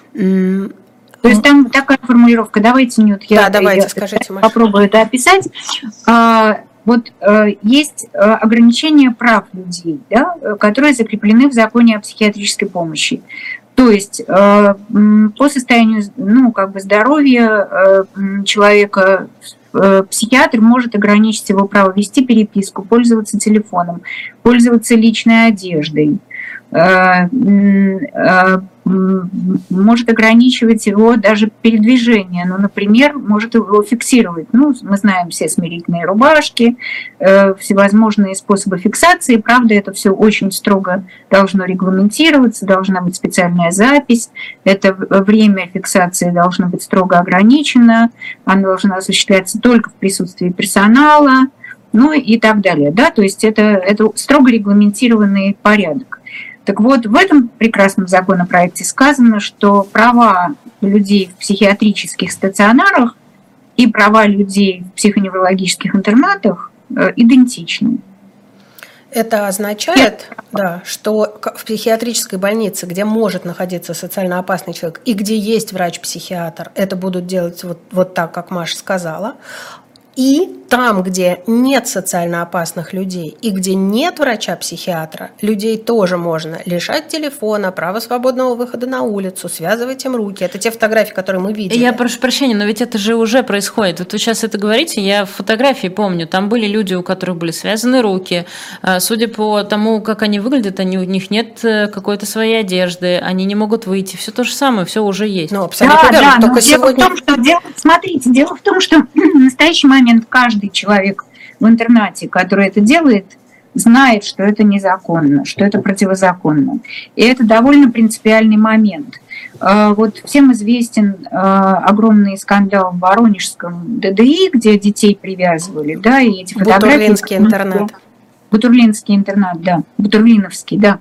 То есть там такая формулировка, давайте, Нют, я скажите, Маша. Попробую это описать. Вот есть ограничения прав людей, да, которые закреплены в законе о психиатрической помощи. То есть по состоянию здоровья человека психиатр может ограничить его право вести переписку, пользоваться телефоном, пользоваться личной одеждой, может ограничивать его даже передвижение. Ну, например, может его фиксировать. Ну, мы знаем все смирительные рубашки, всевозможные способы фиксации. Правда, это все очень строго должно регламентироваться, должна быть специальная запись. Это время фиксации должно быть строго ограничено, оно должно осуществляться только в присутствии персонала, ну и так далее. Да? То есть это строго регламентированный порядок. Так вот, в этом прекрасном законопроекте сказано, что права людей в психиатрических стационарах и права людей в психоневрологических интернатах идентичны. Это означает, что в психиатрической больнице, где может находиться социально опасный человек и где есть врач-психиатр, это будут делать вот так, как Маша сказала. И там, где нет социально опасных людей и где нет врача-психиатра, людей тоже можно лишать телефона, права свободного выхода на улицу, связывать им руки. Это те фотографии, которые мы видели. Я прошу прощения, но ведь это же уже происходит. Вот вы сейчас это говорите, я фотографии помню. Там были люди, у которых были связаны руки. Судя по тому, как они выглядят, у них нет какой-то своей одежды, они не могут выйти. Все то же самое, все уже есть. Ну, абсолютно верно. Только сегодня... Дело в том, что в настоящий момент каждый человек в интернате, который это делает, знает, что это незаконно, что это противозаконно. И это довольно принципиальный момент. Вот всем известен огромный скандал в Воронежском ДДИ, где детей привязывали, да, и эти фотографии... Бутурлинский интернат. Бутурлинский интернат, да, Бутурлиновский, да.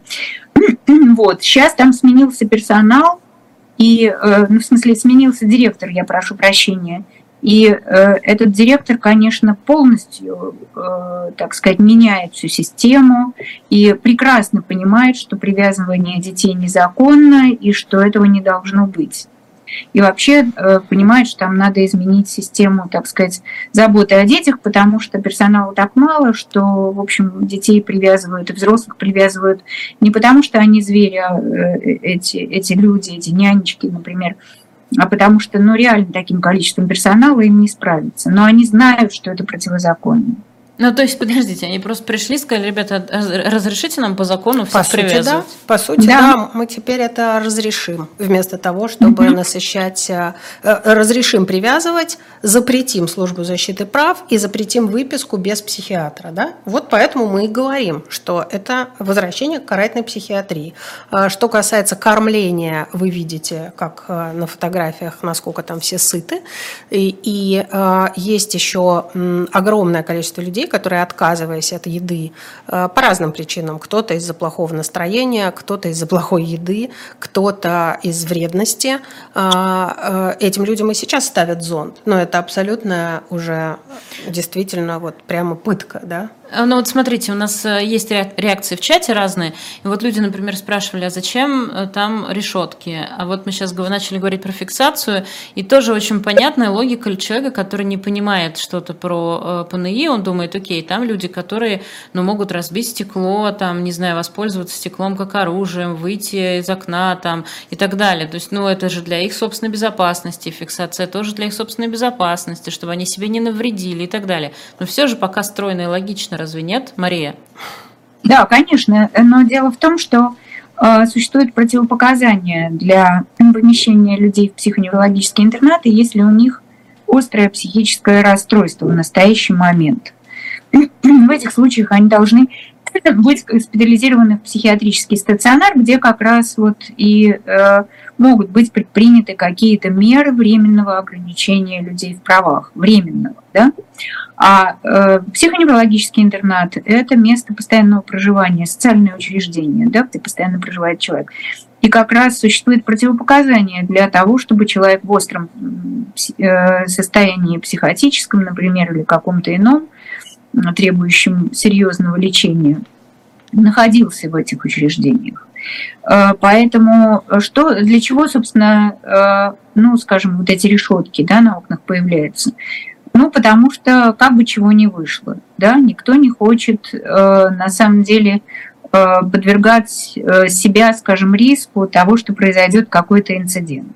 Вот, сейчас там сменился персонал, и, ну, в смысле, сменился директор, я прошу прощения. И этот директор, конечно, полностью, так сказать, меняет всю систему и прекрасно понимает, что привязывание детей незаконно и что этого не должно быть. И вообще понимает, что там надо изменить систему, так сказать, заботы о детях, потому что персонала так мало, что, в общем, детей привязывают и взрослых привязывают не потому, что они звери, эти люди, эти нянечки, например, а потому что, ну, реально таким количеством персонала им не справиться. Но они знают, что это противозаконно. Ну, то есть, подождите, они просто пришли и сказали: ребята, разрешите нам по закону всех привязывать? По сути, да, мы теперь это разрешим. Вместо того, чтобы насыщать, разрешим привязывать, запретим службу защиты прав и запретим выписку без психиатра. Да? Вот поэтому мы и говорим, что это возвращение к карательной психиатрии. Что касается кормления, вы видите, как на фотографиях, насколько там все сыты. И есть еще огромное количество людей, которые, отказываясь от еды по разным причинам, кто-то из-за плохого настроения, кто-то из-за плохой еды, кто-то из вредности, этим людям и сейчас ставят зонд. Но это абсолютно уже действительно вот прямо пытка, да? Ну вот смотрите, у нас есть реакции в чате разные. И вот люди, например, спрашивали, а зачем там решетки? А вот мы сейчас начали говорить про фиксацию, и тоже очень понятная логика человека, который не понимает что-то про ПНИ, он думает: окей, там люди, которые, ну, могут разбить стекло, там, не знаю, воспользоваться стеклом как оружием, выйти из окна там, и так далее. То есть, ну, это же для их собственной безопасности, фиксация тоже для их собственной безопасности, чтобы они себе не навредили и так далее. Но все же пока стройно и логично. Разве нет, Мария? Да, конечно, но дело в том, что существуют противопоказания для помещения людей в психоневрологические интернаты, если у них острое психическое расстройство в настоящий момент. В этих случаях они должны быть госпитализированы в психиатрический стационар, где как раз вот и могут быть предприняты какие-то меры временного ограничения людей в правах, временного, да? А психоневрологический интернат – это место постоянного проживания, социальное учреждение, да, где постоянно проживает человек. И как раз существует противопоказание для того, чтобы человек в остром состоянии психотическом, например, или каком-то ином, требующем серьезного лечения, находился в этих учреждениях. Поэтому для чего, собственно, ну, скажем, вот эти решетки, да, на окнах появляются? Ну, потому что как бы чего не вышло, да, никто не хочет на самом деле подвергать себя, скажем, риску того, что произойдет какой-то инцидент.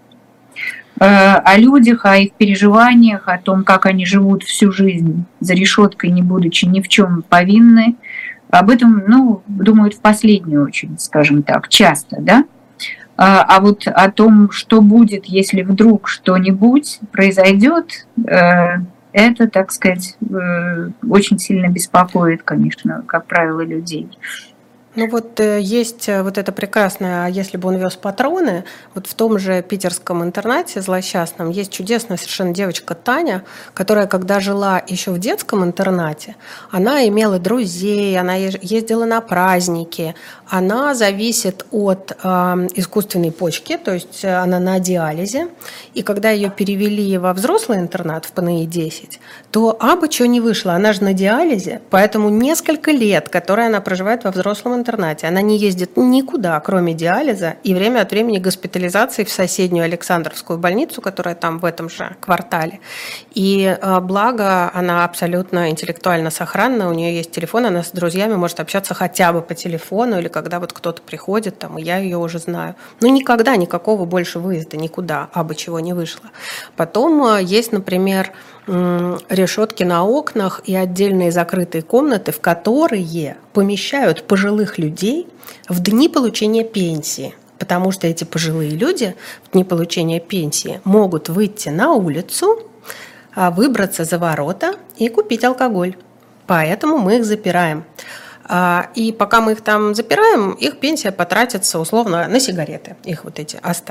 О людях, о их переживаниях, о том, как они живут всю жизнь за решеткой, не будучи ни в чем повинны, об этом, ну, думают в последнюю очередь, скажем так, часто, да. А вот о том, что будет, если вдруг что-нибудь произойдет, это, так сказать, очень сильно беспокоит, конечно, как правило, людей. Ну вот есть вот это прекрасное, если бы он вез патроны, вот в том же питерском интернате злосчастном есть чудесная совершенно девочка Таня, которая, когда жила еще в детском интернате, она имела друзей, она ездила на праздники, она зависит от искусственной почки, то есть она на диализе, и когда ее перевели во взрослый интернат в ПНИ-10, то абы что не вышло, она же на диализе, поэтому несколько лет, которые она проживает во взрослом интернате, она не ездит никуда, кроме диализа, и время от времени госпитализации в соседнюю Александровскую больницу, которая там в этом же квартале. И благо она абсолютно интеллектуально сохранна, у нее есть телефон, она с друзьями может общаться хотя бы по телефону, или когда вот кто-то приходит, там, и я ее уже знаю. Но никогда никакого больше выезда никуда, абы чего не вышло. Потом есть, например, решетки на окнах и отдельные закрытые комнаты, в которые помещают пожилых людей в дни получения пенсии. Потому что эти пожилые люди в дни получения пенсии могут выйти на улицу, выбраться за ворота и купить алкоголь. Поэтому мы их запираем. И пока мы их там запираем, их пенсия потратится условно на сигареты, их вот эти остатки.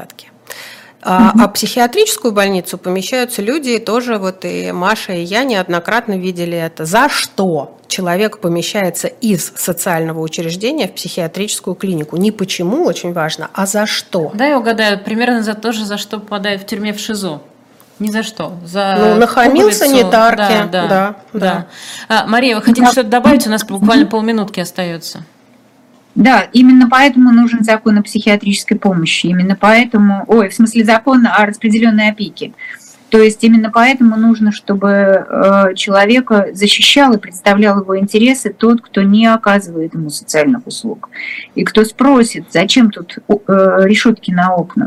А психиатрическую больницу помещаются люди, тоже вот и Маша, и я неоднократно видели это. За что человек помещается из социального учреждения в психиатрическую клинику? Не почему, очень важно, а за что? Да, я угадаю, примерно за то же, за что попадает в тюрьме в ШИЗО. Ни за что. Нахамил санитарке. Да. Мария, вы хотите что-то добавить? У нас буквально полминутки остается. Да, именно поэтому нужен закон о психиатрической помощи, именно поэтому, закон о распределенной опеке. То есть именно поэтому нужно, чтобы человека защищал и представлял его интересы тот, кто не оказывает ему социальных услуг. И кто спросит, зачем тут решетки на окнах.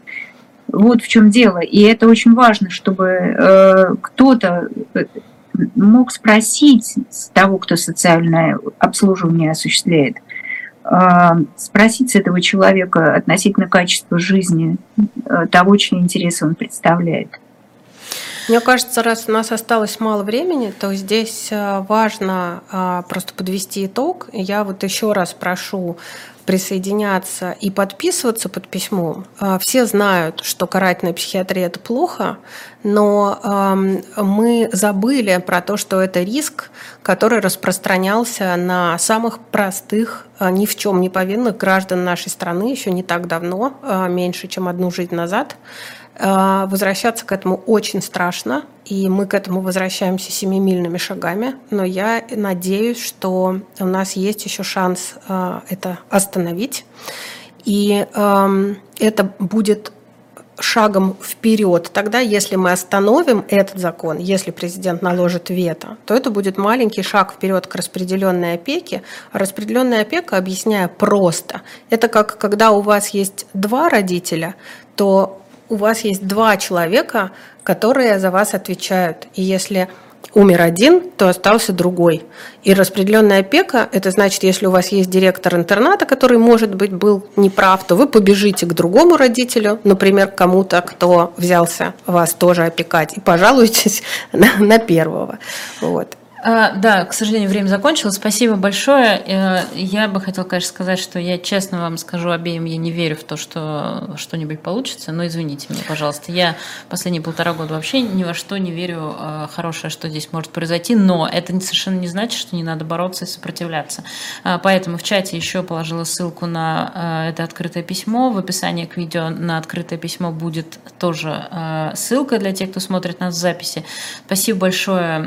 Вот в чем дело. И это очень важно, чтобы кто-то мог спросить того, кто социальное обслуживание осуществляет, спросить с этого человека относительно качества жизни, того, чьи интересы он представляет. Мне кажется, раз у нас осталось мало времени, то здесь важно просто подвести итог. Я вот еще раз прошу присоединяться и подписываться под письмом. Все знают, что карательная психиатрия – это плохо, но мы забыли про то, что это риск, который распространялся на самых простых, ни в чем не повинных граждан нашей страны еще не так давно, меньше, чем одну жизнь назад. Возвращаться к этому очень страшно, и мы к этому возвращаемся семимильными шагами, но я надеюсь, что у нас есть еще шанс это остановить, и это будет шагом вперед. Тогда, если мы остановим этот закон, если президент наложит вето, то это будет маленький шаг вперед к распределенной опеке. А распределенная опека, объясняя просто, это как когда у вас есть два родителя, то у вас есть два человека, которые за вас отвечают. И если умер один, то остался другой. И распределенная опека – это значит, если у вас есть директор интерната, который, может быть, был неправ, то вы побежите к другому родителю, например, к кому-то, кто взялся вас тоже опекать, и пожалуйтесь на первого. Вот. Да, к сожалению, время закончилось. Спасибо большое. Я бы хотела, конечно, сказать, что я честно вам скажу обеим, я не верю в то, что что-нибудь получится, но извините меня, пожалуйста. Я последние 1,5 года вообще ни во что не верю хорошее, что здесь может произойти, но это совершенно не значит, что не надо бороться и сопротивляться. Поэтому в чате еще положила ссылку на это открытое письмо. В описании к видео на открытое письмо будет тоже ссылка для тех, кто смотрит нас в записи. Спасибо большое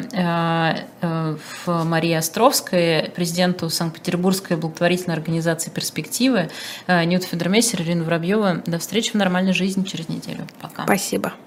Марии Островской, президенту Санкт-Петербургской благотворительной организации «Перспективы», Нюта Федермейстер, Ирина Воробьева. До встречи в нормальной жизни через неделю. Пока. Спасибо.